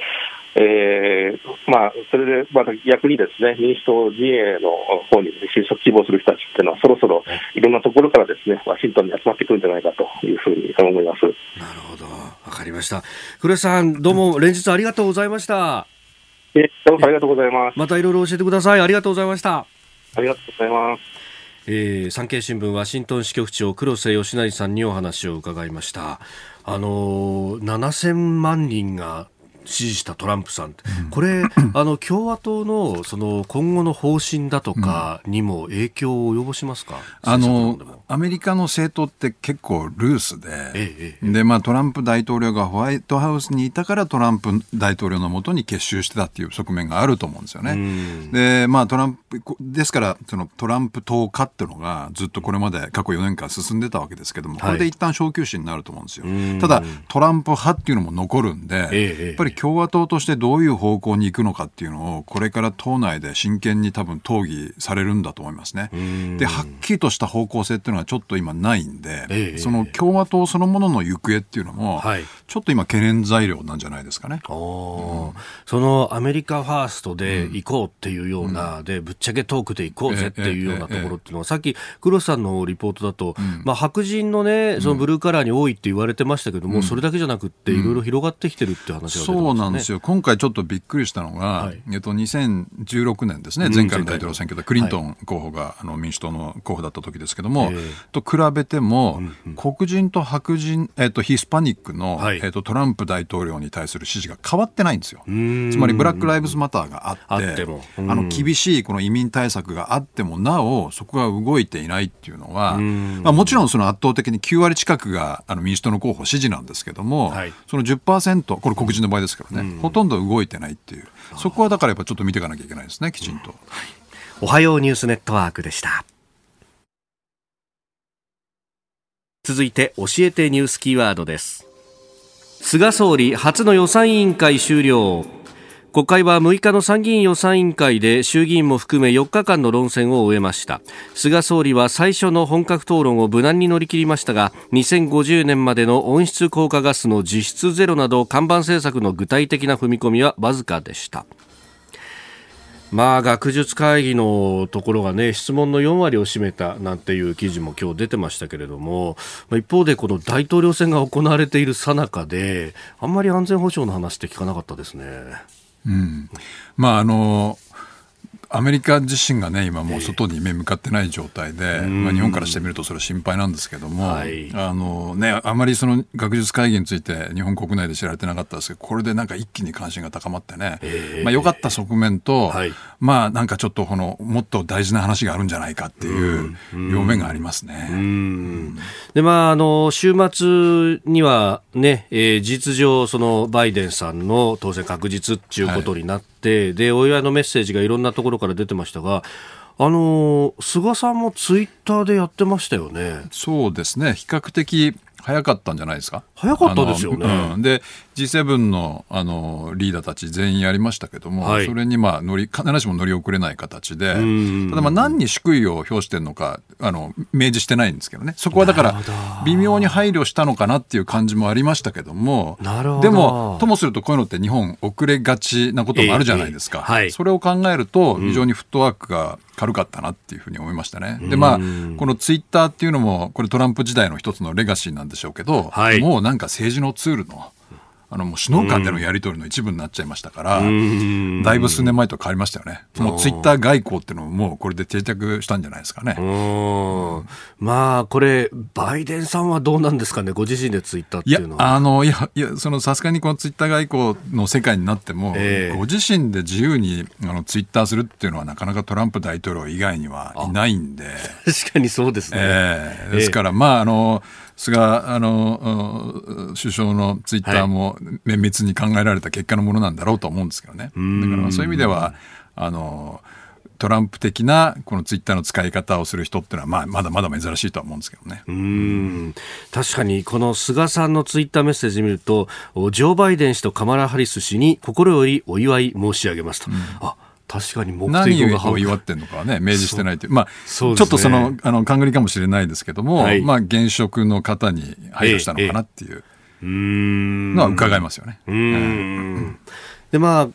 それでまた逆にですね、民主党陣営の方に就職希望する人たちっていうのはそろそろいろんなところからですね、ワシントンに集まってくるんじゃないかというふうに思います。 なるほど、わかりました。黒井さん、どうも連日ありがとうございました。 どうもありがとうございます。 またいろいろ教えてください。ありがとうございました。 ありがとうございます。 産経新聞ワシントン支局長黒瀬義成さんにお話を伺いました。7000万人が支持したトランプさん、これ共和党の今後の方針だとかにも影響を及ぼしますか。 アメリカの政党って結構ルースで、トランプ大統領がホワイトハウスにいたからトランプ大統領の下に結集してたっていう側面があると思うんですよね。で、トランプですからトランプ党化っていうのがずっとこれまで過去4年間進んでたわけですけども、これで一旦小休止になると思うんですよ。ただトランプ派っていうのも残るんで、やっぱり共和党としてどういう方向に行くのかっていうのをこれから党内で真剣に多分討議されるんだと思いますね。で、はっきりとした方向性っていうのはちょっと今ないんで、その共和党そのものの行方っていうのもちょっと今懸念材料なんじゃないですかね。 そのアメリカファーストで行こうっていうような、でぶっちゃけトークで行こうぜっていうようなところっていうのは、さっき黒瀬さんのリポートだと、白人のね、そのブルーカラーに多いって言われてましたけども、それだけじゃなくっていろいろ広がってきてるっていう話が出てますね。 そうなんですよ。今回ちょっとびっくりしたのが、2016年ですね、前回の大統領選挙でクリントン候補が民主党の候補だった時ですけども、と比べても、黒人と白人、ヒスパニックの、トランプ大統領に対する支持が変わってないんですよ。つまりブラックライブズマターがあって厳しいこの移民対策があってもなおそこが動いていないっていうのは、もちろんその圧倒的に9割近くが民主党の候補支持なんですけども、その 10%、 これ黒人の場合ですからね、ほとんど動いてないっていう、そこはだからやっぱちょっと見ていかなきゃいけないですね、きちんと。 おはようニュースネットワークでした。続いて教えてニュースキーワードです。菅総理初の予算委員会終了。国会は6日の参議院予算委員会で衆議院も含め4日間の論戦を終えました。菅総理は最初の本格討論を無難に乗り切りましたが、2050年までの温室効果ガスの実質ゼロなど看板政策の具体的な踏み込みはわずかでした。学術会議のところがね、質問の4割を占めたなんていう記事も今日出てましたけれども、一方でこの大統領選が行われている最中であんまり安全保障の話って聞かなかったですね。アメリカ自身がね、今もう外に目向かってない状態で、日本からしてみるとそれは心配なんですけども、あまりその学術会議について日本国内で知られてなかったですけど、これでなんか一気に関心が高まってね、良かった側面と、なんかちょっともっと大事な話があるんじゃないかっていう両面がありますね。 で、週末にはね、事実上そのバイデンさんの当選確実っていうことになって、でお祝いのメッセージがいろんなところから出てましたが、菅さんもツイッターでやってましたよね。 そうですね、比較的早かったんじゃないですか。 早かったですよね。 で G7 の、リーダーたち全員やりましたけども、それに必ずしも乗り遅れない形で、ただ何に祝意を表してるのか明示してないんですけどね。そこはだから微妙に配慮したのかなっていう感じもありましたけども、でもともするとこういうのって日本遅れがちなこともあるじゃないですか。それを考えると非常にフットワークが軽かったなっていうふうに思いましたね。でこのツイッターっていうのもこれトランプ時代の一つのレガシーなんでしょうけど、もうなんか政治のツールのもう首脳間でのやり取りの一部になっちゃいましたから、だいぶ数年前と変わりましたよね。もうツイッター外交っていうのももうこれで定着したんじゃないですかね。 これバイデンさんはどうなんですかね、ご自身でツイッターっていうのは。 さすがにこのツイッター外交の世界になっても、ご自身で自由にツイッターするっていうのはなかなかトランプ大統領以外にはいないんで。 確かにそうですね。 ですから菅首相のツイッターも綿密に考えられた結果のものなんだろうと思うんですけどね。だからそういう意味ではトランプ的なこのツイッターの使い方をする人っていうのはまだまだ珍しいとは思うんですけどね。 確かにこの菅さんのツイッターメッセージ見ると、ジョー・バイデン氏とカマラ・ハリス氏に心よりお祝い申し上げますと。確かに目的が何を祝ってんのかはね明示してないという、ちょっと勘繰りかもしれないですけども、現職の方に配慮したのかなっていうのは伺いますよね。 で今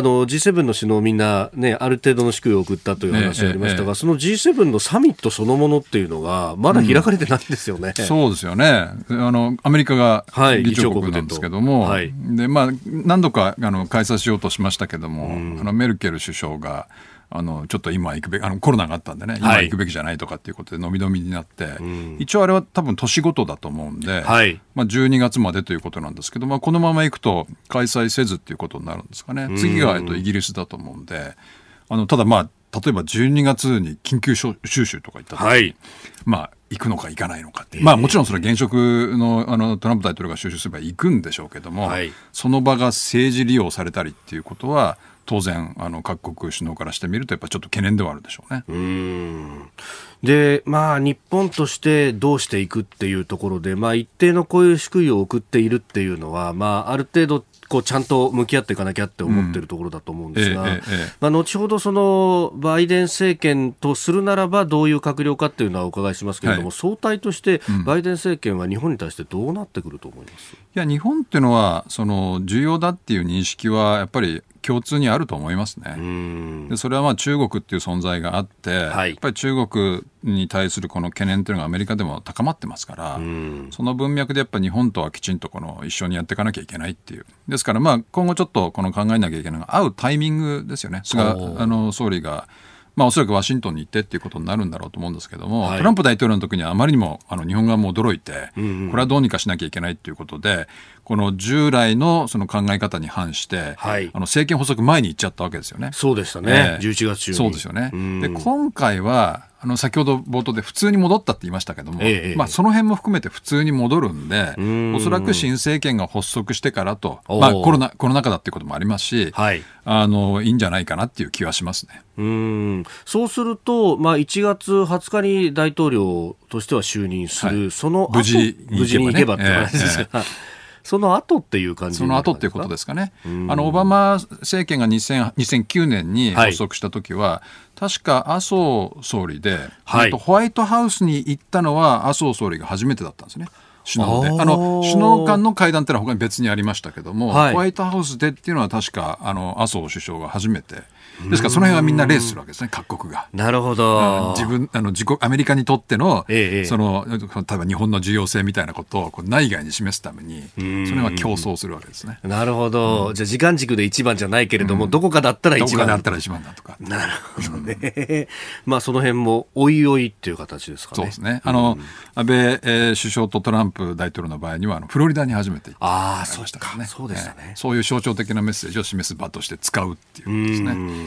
G7 の首脳みんな、ね、ある程度の祝意を送ったという話がありましたが、その G7 のサミットそのものっていうのがまだ開かれてないんですよね。 そうですよね。アメリカが議長国なんですけども、で何度か開催しようとしましたけども、メルケル首相がちょっと今行くべきコロナがあったんでね、今行くべきじゃないとかっていうことで飲み飲みになって、一応あれは多分年ごとだと思うんで、12月までということなんですけど、このまま行くと開催せずっていうことになるんですかね。次がイギリスだと思うんで、ただ例えば12月に緊急招集とか言った時に、行くのか行かないのかって、もちろんそれは現職のトランプ大統領が招集すれば行くんでしょうけども、その場が政治利用されたりっていうことは当然各国首脳からしてみるとやっぱちょっと懸念ではあるでしょうね。 で日本としてどうしていくっていうところで、一定のこういう祝意を送っているっていうのは、ある程度ちゃんと向き合っていかなきゃって思っているところだと思うんですが、後ほどそのバイデン政権とするならばどういう閣僚かっていうのはお伺いしますけれども、総体としてバイデン政権は日本に対してどうなってくると思います？ いや、日本っていうのは重要だっていう認識はやっぱり共通にあると思いますね。でそれは中国っていう存在があって、やっぱり中国に対するこの懸念というのがアメリカでも高まってますから、その文脈でやっぱり日本とはきちんと一緒にやっていかなきゃいけないっていう。ですから今後ちょっと考えなきゃいけないのが会うタイミングですよね。菅総理がおそらくワシントンに行ってっていうことになるんだろうと思うんですけども、トランプ大統領の時にはあまりにも日本側も驚いて、これはどうにかしなきゃいけないっていうことで、この従来のその考え方に反して、政権発足前に行っちゃったわけですよね。 そうでしたね、11月中に。 そうですよね。で今回は先ほど冒頭で普通に戻ったって言いましたけども、その辺も含めて普通に戻るんで、おそらく新政権が発足してからと、コロナ禍だっていうこともありますし、いいんじゃないかなっていう気はしますね。 そうすると、1月20日に大統領としては就任する、その後無事に行けばって話ですが、その後っていう感じその後っていうことですかね。オバマ政権が2009年に発足した時は、確か麻生総理で、ホワイトハウスに行ったのは麻生総理が初めてだったんですね。首脳で首脳間の会談ってのは他に別にありましたけども、ホワイトハウスでっていうのは確か麻生首相が初めてですから、その辺はみんなレースするわけですね、各国が。 なるほど。 アメリカにとっての、例えば日本の重要性みたいなことを内外に示すために、その辺は競争するわけですね。 なるほど。じゃあ時間軸で一番じゃないけれども、どこかだったら一番だとか。なるほどね。その辺もおいおいっていう形ですかね。 そうですね。安倍首相とトランプ大統領の場合にはフロリダに初めて行ってましたからね。 そうでしたね。 そういう象徴的なメッセージを示す場として使うっていうことですね。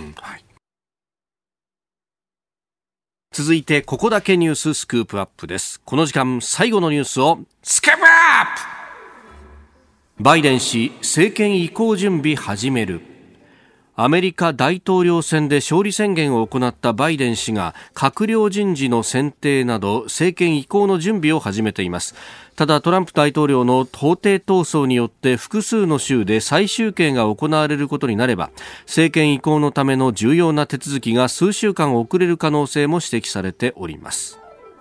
続いてここだけニューススクープアップです。この時間最後のニュースをスクープアップ。バイデン氏政権移行準備始める。 アメリカ大統領選で勝利宣言を行ったバイデン氏が閣僚人事の選定など政権移行の準備を始めています。ただトランプ大統領の法廷闘争によって複数の州で再集計が行われることになれば、政権移行のための重要な手続きが数週間遅れる可能性も指摘されております。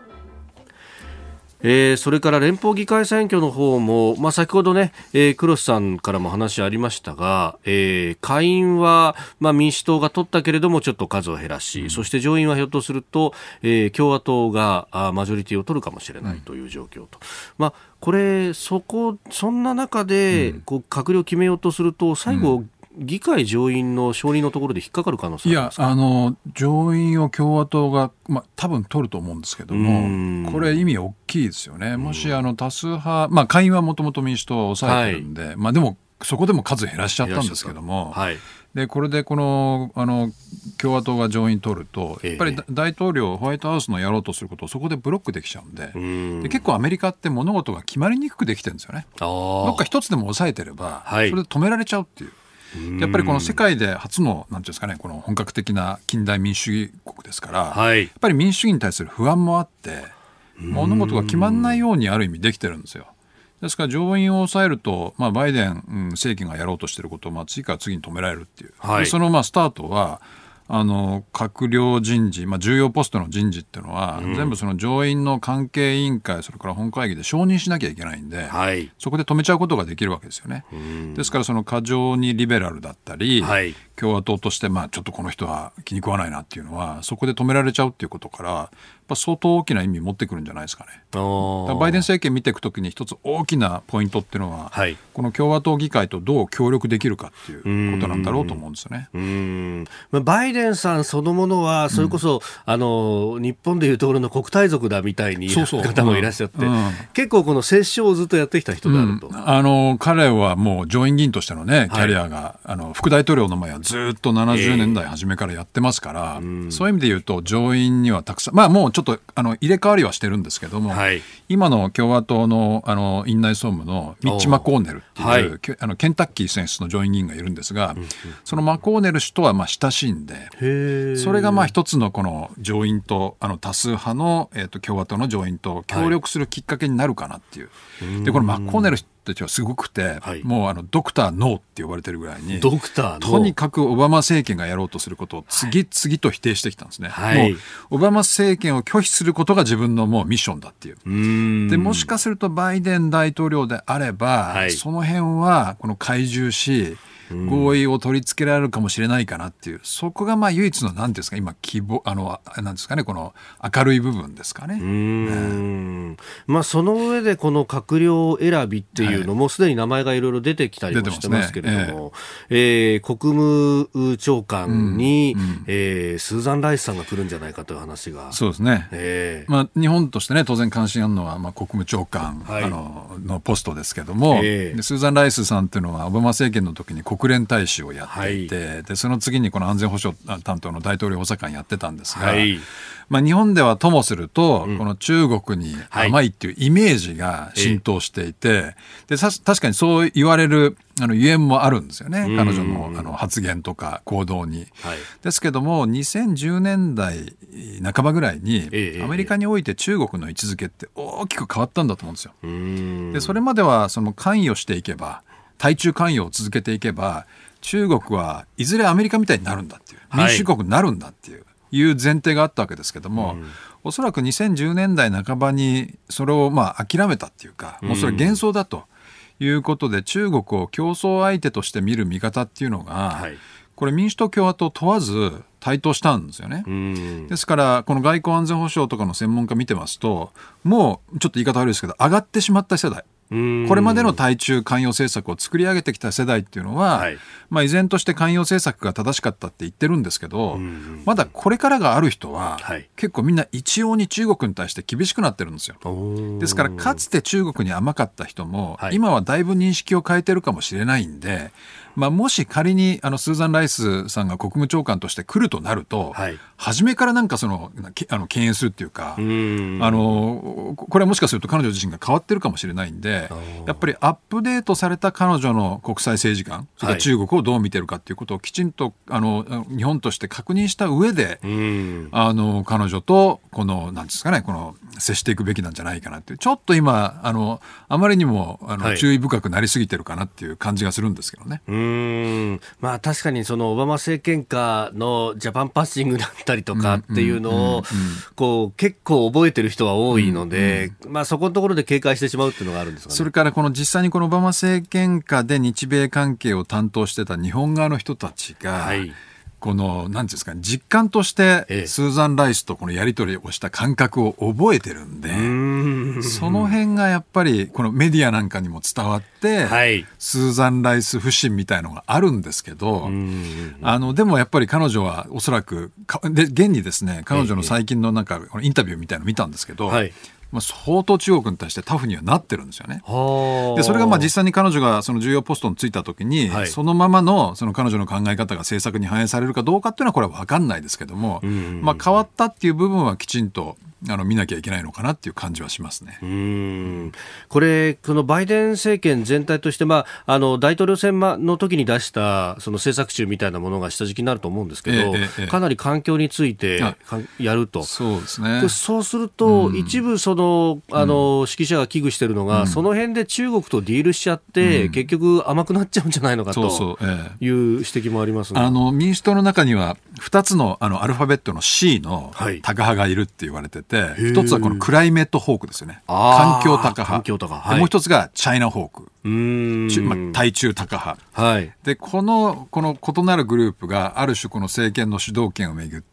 それから連邦議会選挙の方も、先ほどね、クロスさんからも話ありましたが、下院は、民主党が取ったけれどもちょっと数を減らし、そして上院はひょっとすると、共和党がマジョリティを取るかもしれないという状況と、これそんな中でこう閣僚を決めようとすると最後、議会上院の承認のところで引っかかる可能性ありますか？ 上院を共和党が、多分取ると思うんですけども、これ意味大きいですよね。もし多数派、下院はもともと民主党を抑えてるんで、でもそこでも数減らしちゃったんですけども、でこれでこの共和党が上院取るとやっぱり大統領ホワイトハウスのやろうとすることをそこでブロックできちゃうんで、で結構アメリカって物事が決まりにくくできてるんですよね。どっか一つでも抑えてれば、それで止められちゃうっていう。やっぱりこの世界で初のなんていうんですかね、この本格的な近代民主主義国ですから、やっぱり民主主義に対する不安もあって物事が決まらないようにある意味できてるんですよ。ですから上院を抑えると、バイデン政権がやろうとしていることを次から次に止められるっていう、でそのスタートは閣僚人事、重要ポストの人事っていうのは、全部その上院の関係委員会それから本会議で承認しなきゃいけないんで、そこで止めちゃうことができるわけですよね。ですからその過剰にリベラルだったり、共和党としてちょっとこの人は気に食わないなっていうのはそこで止められちゃうっていうことからやっぱ相当大きな意味持ってくるんじゃないですかね。バイデン政権見ていくときに一つ大きなポイントっていうのは、この共和党議会とどう協力できるかっていうことなんだろうと思うんですよね。 バイデンさんそのものはそれこそ、日本でいうところの国体族だみたいに方もいらっしゃって、結構この折衝をずっとやってきた人であると、 彼はもう上院議員としてのねキャリアが、副大統領の前はずっと70年代初めからやってますから、そういう意味で言うと上院にはたくさん、もうちょっと入れ替わりはしてるんですけども、今の共和党の院内総務のミッチ・マコーネルっていう、ケンタッキー選出の上院議員がいるんですが、そのマコーネル氏とは親しいんで、それが一つのこの上院と多数派の、共和党の上院と協力するきっかけになるかなっていう。でこのマコーネルたちはすごくて、もうドクターノーって呼ばれてるぐらいに、とにかくオバマ政権がやろうとすることを次々と否定してきたんですね。もうオバマ政権を拒否することが自分のもうミッションだっていう。でもしかするとバイデン大統領であれば、その辺はこの懐柔し合意を取り付けられるかもしれないかなっていう、そこが唯一の何ていうんですか、今希望なんですかね、この明るい部分ですかね。 その上でこの閣僚選びっていうのもすでに名前がいろいろ出てきたりもしてますけれども、国務長官に、スーザン・ライスさんが来るんじゃないかという話が。 そうですね。日本としてね当然関心あるのは、国務長官、のポストですけども、でスーザン・ライスさんっていうのはオバマ政権の時に国連大使をやっていて、でその次にこの安全保障担当の大統領補佐官やってたんですが、日本ではともすると、この中国に甘いっていうイメージが浸透していて、で確かにそう言われるゆえんもあるんですよね、彼女の発言とか行動に。ですけども2010年代半ばぐらいに、アメリカにおいて中国の位置づけって大きく変わったんだと思うんですよ。でそれまではその関与していけば、対中関与を続けていけば中国はいずれアメリカみたいになるんだっていう、民主主義国になるんだっていう前提があったわけですけども、おそらく2010年代半ばにそれを諦めたっていうか、もうそれ幻想だということで、中国を競争相手として見る見方っていうのが、これ民主党共和党問わず台頭したんですよね。ですからこの外交安全保障とかの専門家見てますと、もうちょっと言い方悪いですけど上がってしまった世代、これまでの対中関与政策を作り上げてきた世代っていうのは、依然として関与政策が正しかったって言ってるんですけど、まだこれからがある人は、結構みんな一様に中国に対して厳しくなってるんですよ。ですからかつて中国に甘かった人も、今はだいぶ認識を変えてるかもしれないんで、 もし仮にスーザン・ライスさんが国務長官として来るとなると、初めからなんか敬遠するっていうか、これはもしかすると彼女自身が変わってるかもしれないんで、やっぱりアップデートされた彼女の国際政治観、それから中国をどう見てるかっていうことをきちんと日本として確認した上で、彼女となんですかね、接していくべきなんじゃないかなっていう、ちょっと今あまりにも注意深くなりすぎてるかなっていう感じがするんですけどね。 確かにオバマ政権下のジャパンパッシングだったりとかっていうのを結構覚えてる人は多いので、そこのところで警戒してしまうっていうのがあるんですかね。 それから実際にオバマ政権下で日米関係を担当してた日本側の人たちが、なんていうんですかね、実感としてスーザン・ライスとやり取りをした感覚を覚えてるんで、その辺がやっぱりメディアなんかにも伝わって、スーザン・ライス不信みたいのがあるんですけど、でもやっぱり彼女はおそらく現にですね、彼女の最近のインタビューみたいの見たんですけど、相当中国に対してタフにはなってるんですよね。でそれが実際に彼女が重要ポストに就いた時に、そのままの彼女の考え方が政策に反映されるかどうかっていうのはこれは分かんないですけども、変わったっていう部分はきちんと見なきゃいけないのかなっていう感じはしますね。 このバイデン政権全体として、大統領選の時に出した政策集みたいなものが下敷きになると思うんですけど、かなり環境についてやると。 そうですね。 そうすると、一部指揮者が危惧しているのが、その辺で中国とディールしちゃって、結局甘くなっちゃうんじゃないのかという指摘もありますね。 民主党の中には2つのアルファベットの C のタカ派がいるって言われてて、一つはクライメットホークですよね。環境タカ派。もう一つがチャイナホーク。対中タカ派。で、この異なるグループがある種政権の主導権をめぐって、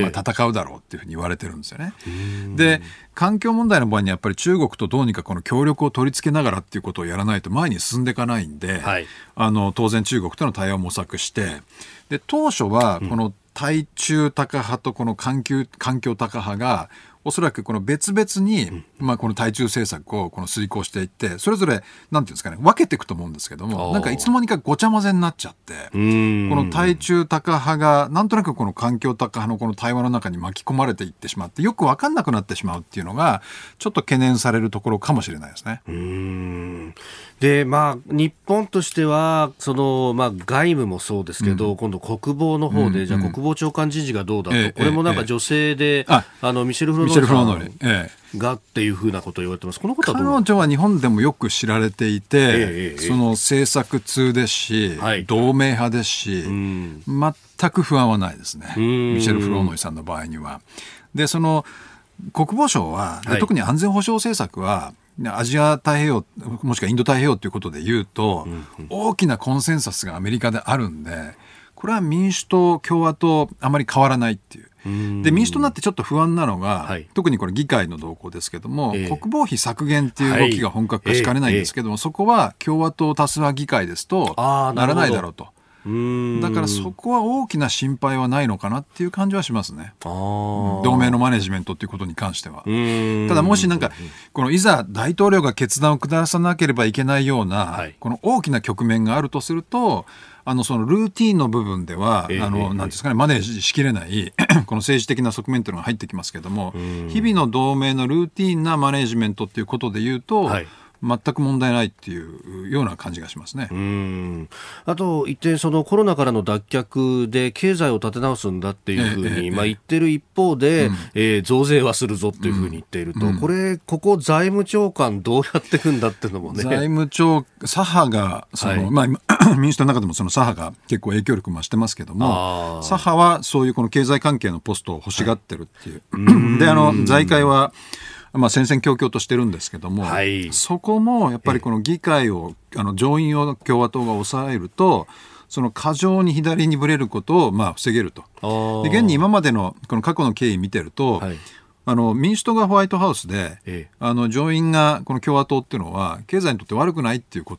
戦うだろうっていうふうに言われてるんですよね。で、環境問題の場合にやっぱり中国とどうにか協力を取り付けながらっていうことをやらないと前に進んでいかないんで、当然中国との対話を模索して、で、当初は対中タカ派と環境タカ派がおそらく別々に、この対中政策を遂行していって、それぞれなんていうんですかね、分けていくと思うんですけども、いつの間にかごちゃ混ぜになっちゃって、対中タカ派がなんとなく環境タカ派の対話の中に巻き込まれていってしまって、よく分かんなくなってしまうっていうのがちょっと懸念されるところかもしれないですね。 で、日本としては外務もそうですけど、今度国防の方で、じゃあ国防長官人事がどうだと、これも女性で、ミシェル・フロノーがっていうふうなことを言われてます。このことはどう？ 彼女は日本でもよく知られていて、政策通ですし、同盟派ですし、全く不安はないですね。ミシェル・フロノイさんの場合には。で、国防省は、特に安全保障政策はアジア太平洋もしくはインド太平洋ということで言うと、大きなコンセンサスがアメリカであるんで、これは民主党共和党あまり変わらないっていう。で、民主党になってちょっと不安なのが、特にこれ議会の動向ですけども、国防費削減っていう動きが本格化しかねないんですけども、そこは共和党多数派議会ですとならないだろうと。だからそこは大きな心配はないのかなっていう感じはしますね。同盟のマネジメントっていうことに関しては。ただもしいざ大統領が決断を下さなければいけないような、この大きな局面があるとすると、ルーティーンの部分では、なんですかね、マネージしきれないこの政治的な側面というのが入ってきますけども、日々の同盟のルーティーンなマネジメントっていうことで言うと、全く問題ないっていうような感じがしますね。 あと一点、そのコロナからの脱却で経済を立て直すんだっていうふうに言ってる一方で、増税はするぞっていうふうに言っていると、ここ財務長官どうやっていくんだっていうのもね。 財務長左派が民主党の中でもその左派が結構影響力増してますけども、左派はそういうこの経済関係のポストを欲しがってるっていう、で財界は戦々恐々としてるんですけども、そこもやっぱりこの議会を上院を共和党が抑えると、過剰に左にぶれることを防げると。で、現に今までのこの過去の経緯見てると、民主党がホワイトハウスで、上院がこの共和党っていうのは経済にとって悪くないっていうことで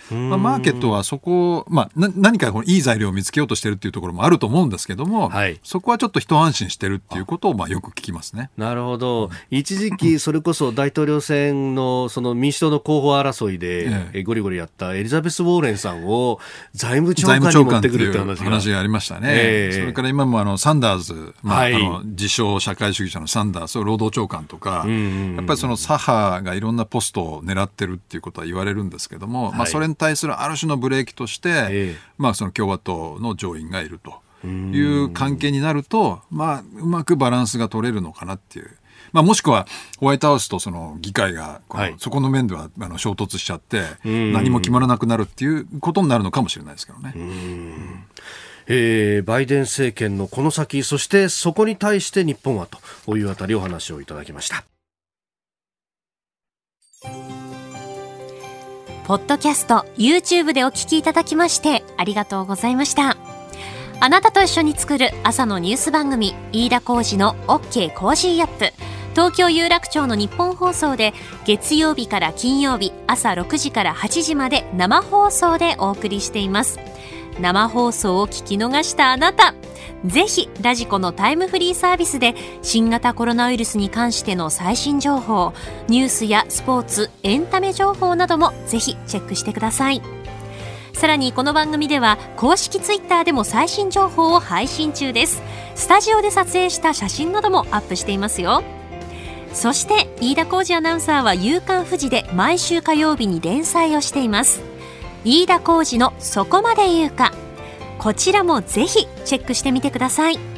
マーケットはそこ、何かいい材料を見つけようとしてるっていうところもあると思うんですけども、そこはちょっと一安心してるっていうことをよく聞きますね。 なるほど。一時期それこそ大統領選のその民主党の候補争いでゴリゴリやったエリザベス・ウォーレンさんを財務長官に持ってくるって話がありましたね。それから今もサンダーズ、自称社会主義者のサンダースを労働長官とか、やっぱりその左派がいろんなポストを狙ってるっていうことは言われるんですけども、それに対するある種のブレーキとして、その共和党の上院がいるという関係になると、うまくバランスが取れるのかなっていう。もしくはホワイトハウスとその議会がそこの面では衝突しちゃって何も決まらなくなるっていうことになるのかもしれないですけどね。 バイデン政権のこの先、そしてそこに対して日本はというあたりお話をいただきました。 ポッドキャスト YouTube でお聞きいただきましてありがとうございました。あなたと一緒に作る朝のニュース番組、飯田浩司の OK コージーアップ。東京有楽町の日本放送で月曜日から金曜日朝6時から8時まで生放送でお送りしています。生放送を聞き逃したあなた、ぜひラジコのタイムフリーサービスで新型コロナウイルスに関しての最新情報、ニュースやスポーツ、エンタメ情報などもぜひチェックしてください。さらにこの番組では公式ツイッターでも最新情報を配信中です。スタジオで撮影した写真などもアップしていますよ。そして飯田浩司アナウンサーは夕刊フジで毎週火曜日に連載をしています。飯田浩司のそこまで言うか、こちらもぜひチェックしてみてください。